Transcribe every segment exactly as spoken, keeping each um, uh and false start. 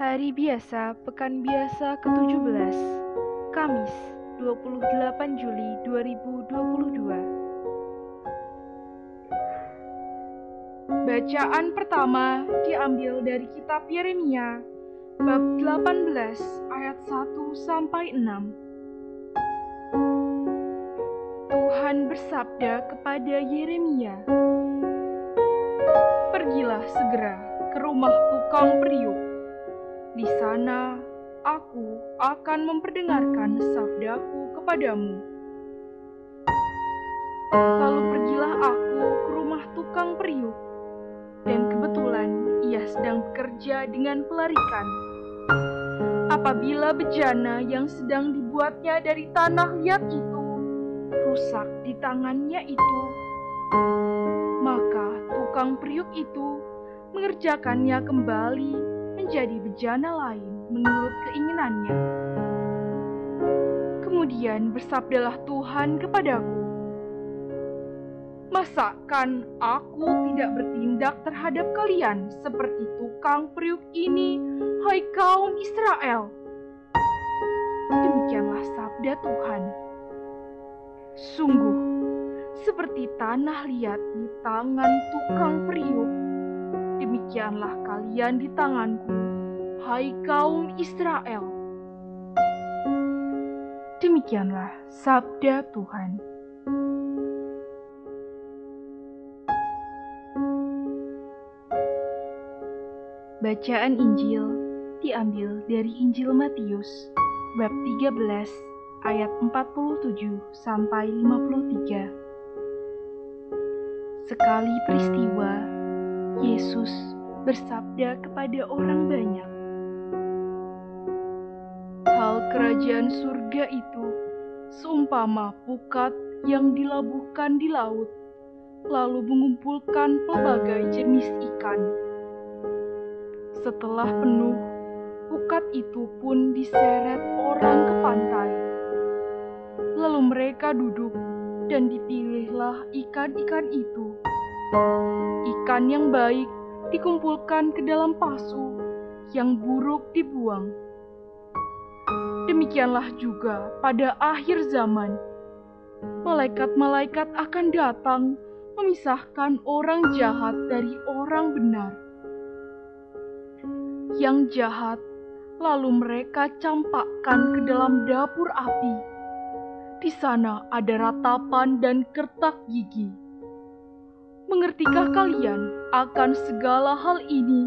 Hari biasa, pekan biasa ketujuh belas, Kamis, dua puluh delapan Juli dua ribu dua puluh dua. Bacaan pertama diambil dari kitab Yeremia, bab delapan belas ayat satu sampai enam. Tuhan bersabda kepada Yeremia, "Pergilah segera ke rumah tukang periuk. Di sana aku akan memperdengarkan sabdaku kepadamu." Lalu pergilah aku ke rumah tukang periuk, dan kebetulan ia sedang bekerja dengan pelarikan. Apabila bejana yang sedang dibuatnya dari tanah liat itu rusak di tangannya itu, maka tukang periuk itu mengerjakannya kembali menjadi bejana lain menurut keinginannya. Kemudian bersabdalah Tuhan kepadaku, "Masakan aku tidak bertindak terhadap kalian seperti tukang periuk ini, hai kaum Israel?" Demikianlah sabda Tuhan. Sungguh, seperti tanah liat di tangan tukang periuk, demikianlah kalian di tanganku, hai kaum Israel. Demikianlah sabda Tuhan. Bacaan Injil diambil dari Injil Matius, bab tiga belas ayat empat puluh tujuh sampai lima puluh tiga. Sekali peristiwa, Yesus bersabda kepada orang banyak, "Hal kerajaan surga itu seumpama pukat yang dilabuhkan di laut, lalu mengumpulkan pelbagai jenis ikan. Setelah penuh, pukat itu pun diseret orang ke pantai. Lalu mereka duduk, dan dipilihlah ikan-ikan itu. Ikan yang baik dikumpulkan ke dalam pasu, yang buruk dibuang. Demikianlah juga pada akhir zaman. Malaikat-malaikat akan datang memisahkan orang jahat dari orang benar. Yang jahat lalu mereka campakkan ke dalam dapur api. Di sana ada ratapan dan kertak gigi. Mengertikah kalian akan segala hal ini?"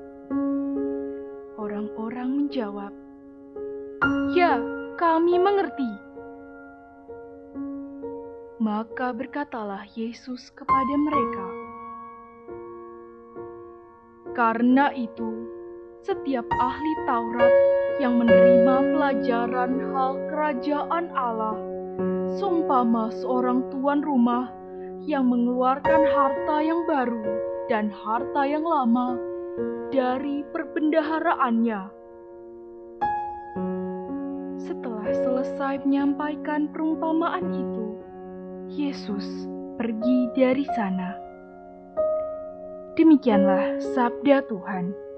Orang-orang menjawab, "Ya, kami mengerti." Maka berkatalah Yesus kepada mereka, "Karena itu, setiap ahli Taurat yang menerima pelajaran hal kerajaan Allah, seumpama seorang tuan rumah yang mengeluarkan harta yang baru dan harta yang lama dari perbendaharaannya." Setelah selesai menyampaikan perumpamaan itu, Yesus pergi dari sana. Demikianlah sabda Tuhan.